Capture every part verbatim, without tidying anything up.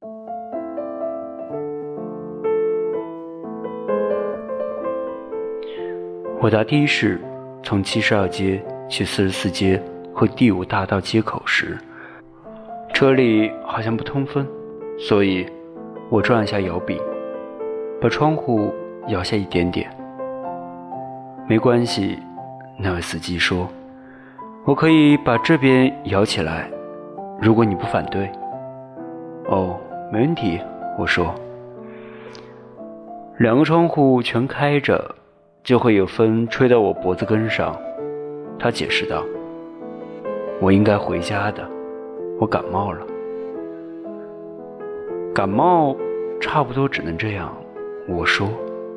我搭的士从七十二街去四十四街和第五大道街口时，车里好像不通风，所以我转一下摇柄，把窗户摇下一点点。没关系，那位司机说，我可以把这边摇起来，如果你不反对。哦，没问题，我说。两个窗户全开着，就会有风吹到我脖子根上，他解释道。我应该回家的，我感冒了。感冒差不多只能这样，我说。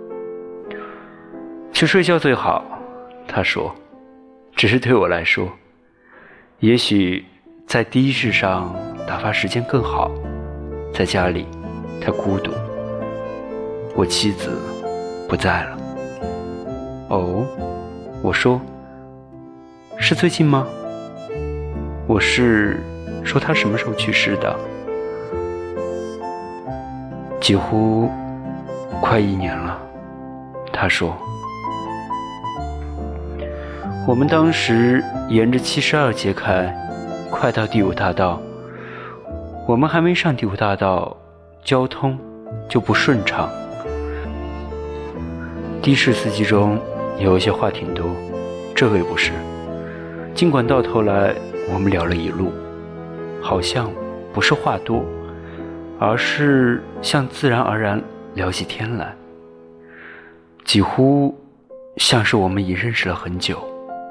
去睡觉最好，他说。只是对我来说，也许在的士上打发时间更好，在家里太孤独。我妻子不在了。哦，我说，是最近吗？我是说她什么时候去世的？几乎快一年了，他说。我们当时沿着七十二街开，快到第五大道。我们还没上第五大道，交通就不顺畅。的士司机中有一些话挺多，这位不是。尽管到头来我们聊了一路，好像不是话多，而是像自然而然聊起天来，几乎像是我们已认识了很久。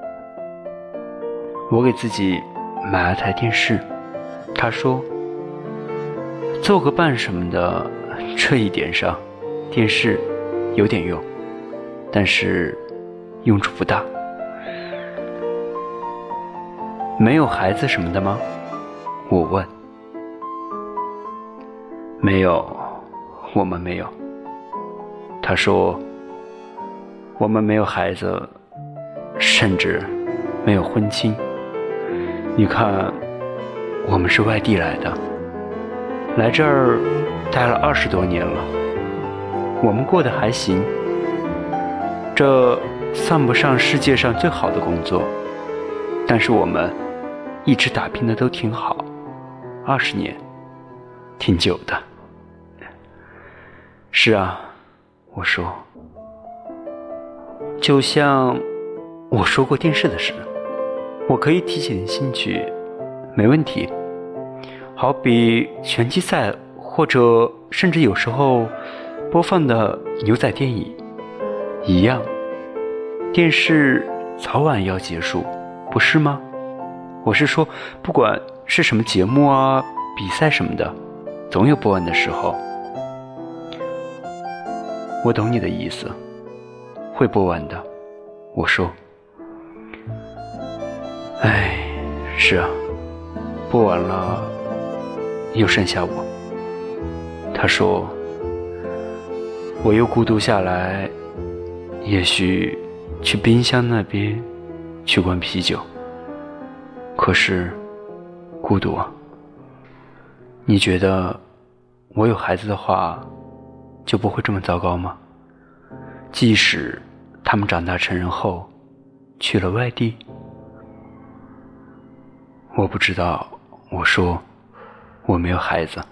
我给自己买了台电视，他说，做个伴什么的，这一点上电视有点用，但是用处不大。没有孩子什么的吗？我问。没有，我们没有。他说，我们没有孩子，甚至没有婚亲。你看，我们是外地来的，来这儿待了二十多年了，我们过得还行。这算不上世界上最好的工作，但是我们一直打拼的都挺好，二十年，挺久的。是啊，我说，就像我说过电视的事，我可以提起点兴趣，没问题。好比拳击赛，或者甚至有时候播放的牛仔电影一样，电视早晚要结束，不是吗？我是说，不管是什么节目啊、比赛什么的，总有播完的时候。我懂你的意思，会播完的，我说。唉，是啊，播完了，又剩下我。他说，我又孤独下来，也许去冰箱那边去灌啤酒。可是，孤独啊。你觉得我有孩子的话，就不会这么糟糕吗？即使他们长大成人后，去了外地？我不知道，我说，我没有孩子。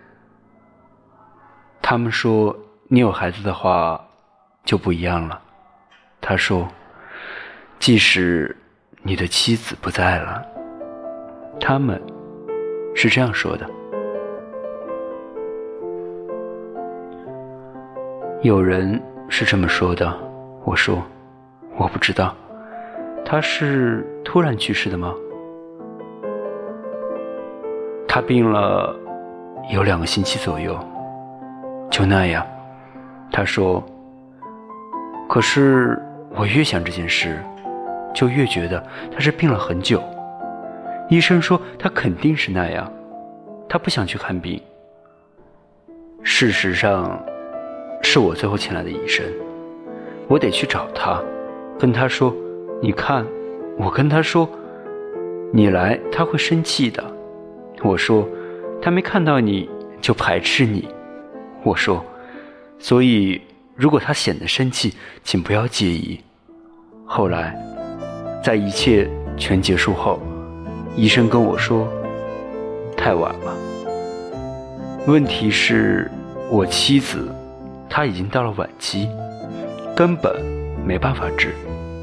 他们说，你有孩子的话，就不一样了。他说，即使你的妻子不在了，他们是这样说的。有人是这么说的，我说，我不知道。他是突然去世的吗？他病了有两个星期左右，就那样。他说，可是我越想这件事，就越觉得他是病了很久。医生说他肯定是那样，他不想去看病。事实上，是我最后请来的医生，我得去找他，跟他说，你看，我跟他说，你来他会生气的。我说，他没看到你就排斥你。我说，所以如果他显得生气，请不要介意。后来在一切全结束后，医生跟我说太晚了。问题是我妻子她已经到了晚期，根本没办法治。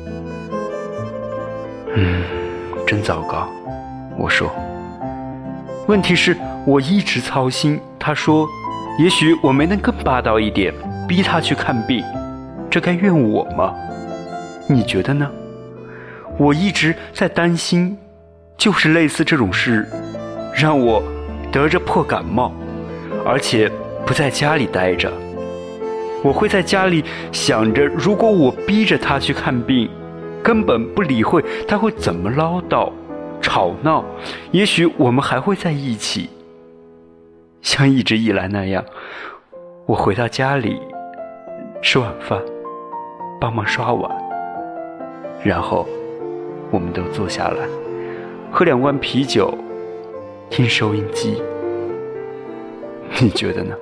嗯，真糟糕。我说，问题是我一直操心。他说，也许我没能更霸道一点，逼他去看病，这该怨我吗？你觉得呢？我一直在担心，就是类似这种事，让我得着破感冒，而且不在家里待着。我会在家里想着，如果我逼着他去看病，根本不理会他会怎么唠叨吵闹，也许我们还会在一起，像一直以来那样。我回到家里吃晚饭，帮忙刷碗，然后我们都坐下来喝两罐啤酒，听收音机。你觉得呢？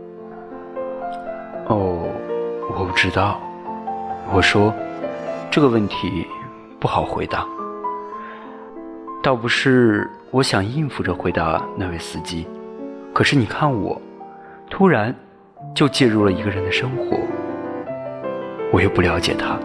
哦，我不知道。我说，这个问题不好回答。倒不是我想应付着回答那位司机，可是你看我突然就介入了一个人的生活，我又不了解他，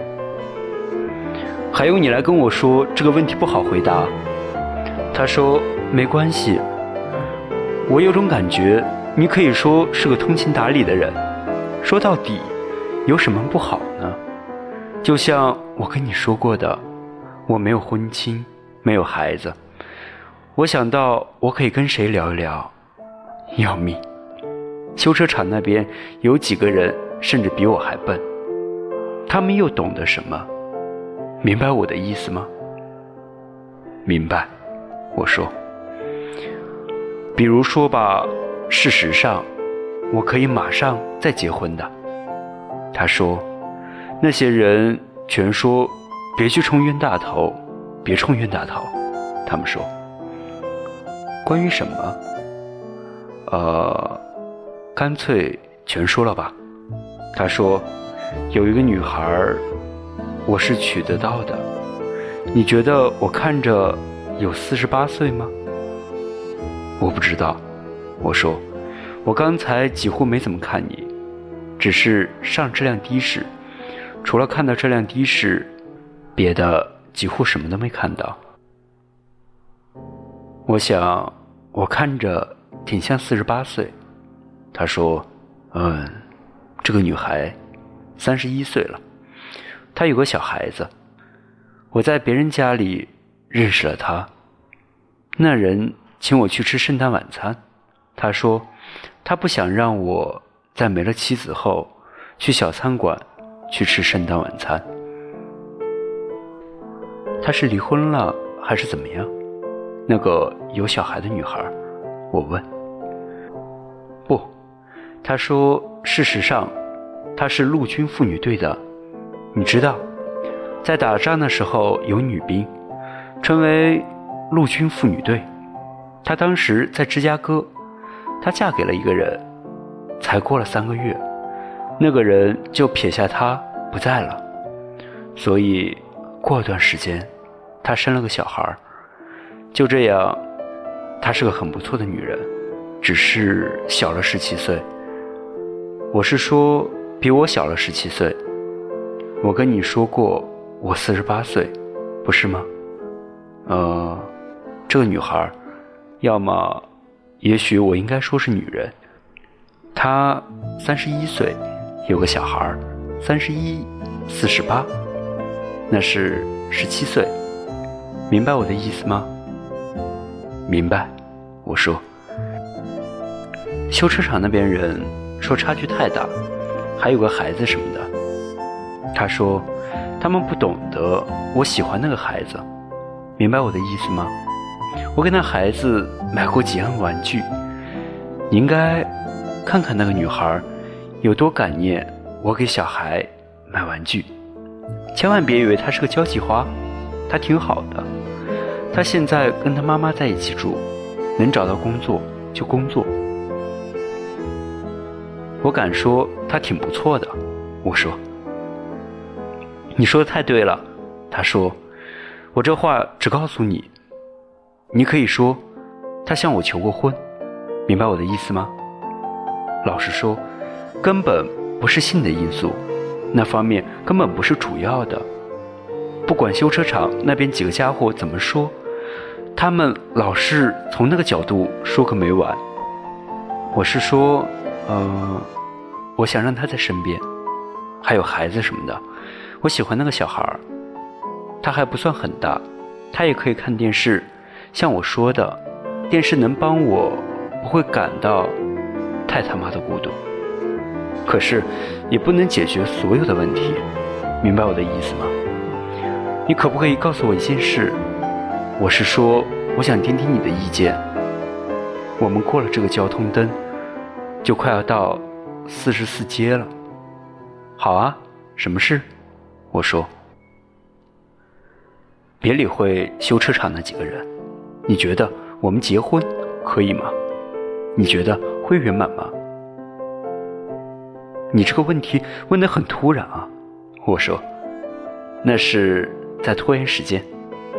还用你来跟我说这个问题不好回答？他说没关系，我有种感觉你可以说是个通情达理的人，说到底有什么不好呢？就像我跟你说过的，我没有婚亲，没有孩子，我想到我可以跟谁聊一聊。要命，修车厂那边有几个人甚至比我还笨，他们又懂得什么？明白我的意思吗？明白，我说。比如说吧，事实上我可以马上再结婚的。他说，那些人全说别去冲冤大头，别冲冤大头。他们说，关于什么？呃，干脆全说了吧。他说，有一个女孩，我是娶得到的。你觉得我看着有四十八岁吗？我不知道。我说，我刚才几乎没怎么看你，只是上这辆的士，除了看到这辆的士，别的几乎什么都没看到。我想我看着挺像四十八岁。他说，嗯，这个女孩三十一岁了，她有个小孩子。我在别人家里认识了她，那人请我去吃圣诞晚餐。他说他不想让我在没了妻子后去小餐馆去吃圣诞晚餐。他是离婚了还是怎么样？那个有小孩的女孩，我问。不，他说事实上他是陆军妇女队的。你知道，在打仗的时候有女兵称为陆军妇女队。她当时在芝加哥，她嫁给了一个人，才过了三个月，那个人就撇下她不在了。所以过段时间她生了个小孩。就这样，她是个很不错的女人，只是小了十七岁。我是说比我小了十七岁。我跟你说过我四十八岁，不是吗？呃，这个女孩，要么也许我应该说是女人，她三十一岁，有个小孩，三十一四十八，那是十七岁。明白我的意思吗？明白，我说。修车厂那边人说差距太大，还有个孩子什么的。他说他们不懂得我喜欢那个孩子。明白我的意思吗？我给那孩子买过几样玩具，你应该看看那个女孩有多感念我给小孩买玩具。千万别以为她是个交际花，她挺好的。她现在跟她妈妈在一起住，能找到工作就工作， 我敢说他挺不错的。我说，你说的太对了。他说，我这话只告诉你，你可以说他向我求过婚，明白我的意思吗？老实说，根本不是性的因素，那方面根本不是主要的。不管修车厂那边几个家伙怎么说，他们老是从那个角度说个没完。我是说，呃，我想让他在身边，还有孩子什么的。我喜欢那个小孩，他还不算很大，他也可以看电视。像我说的，电视能帮我不会感到太他妈的孤独，可是也不能解决所有的问题，明白我的意思吗？你可不可以告诉我一件事？我是说，我想听听你的意见。我们过了这个交通灯，就快要到四十四街了。好啊，什么事？我说，别理会修车厂那几个人，你觉得我们结婚可以吗？你觉得会圆满吗？你这个问题问得很突然啊。我说，那是在拖延时间。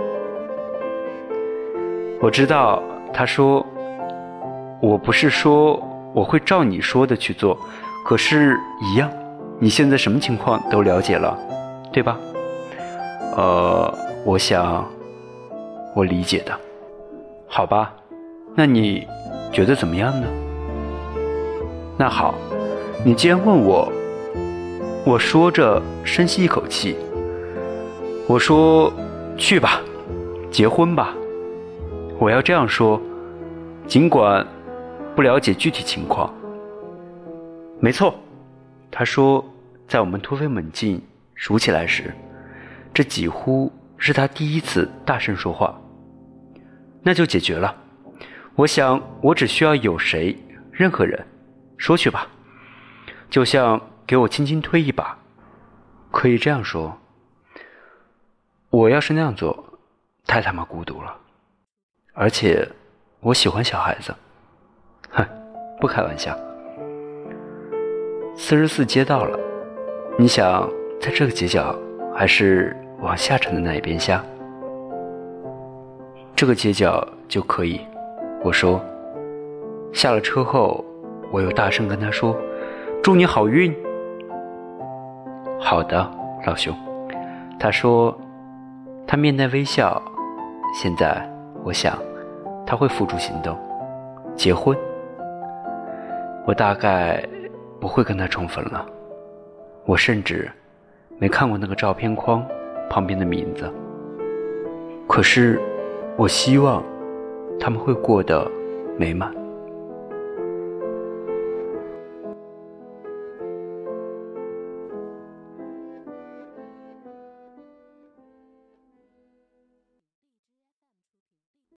我知道，他说，我不是说我会照你说的去做，可是一样，你现在什么情况都了解了，对吧？呃，我想，我理解的。好吧，那你觉得怎么样呢？那好，你既然问我，我说着深吸一口气，我说，去吧，结婚吧。我要这样说，尽管不了解具体情况。没错，他说，在我们突飞猛进数起来时，这几乎是他第一次大声说话。那就解决了。我想我只需要有谁，任何人，说去吧，就像给我轻轻推一把。可以这样说，我要是那样做，太他妈孤独了。而且我喜欢小孩子。哼，不开玩笑。四十四街到了，你想在这个街角还是往下沉的那一边下？这个街角就可以。我说，下了车后，我又大声跟他说，祝你好运。好的，老兄。他说，他面带微笑。现在我想他会付诸行动，结婚。我大概不会跟他重逢了，我甚至没看过那个照片框旁边的名字。可是我希望他们会过得美满。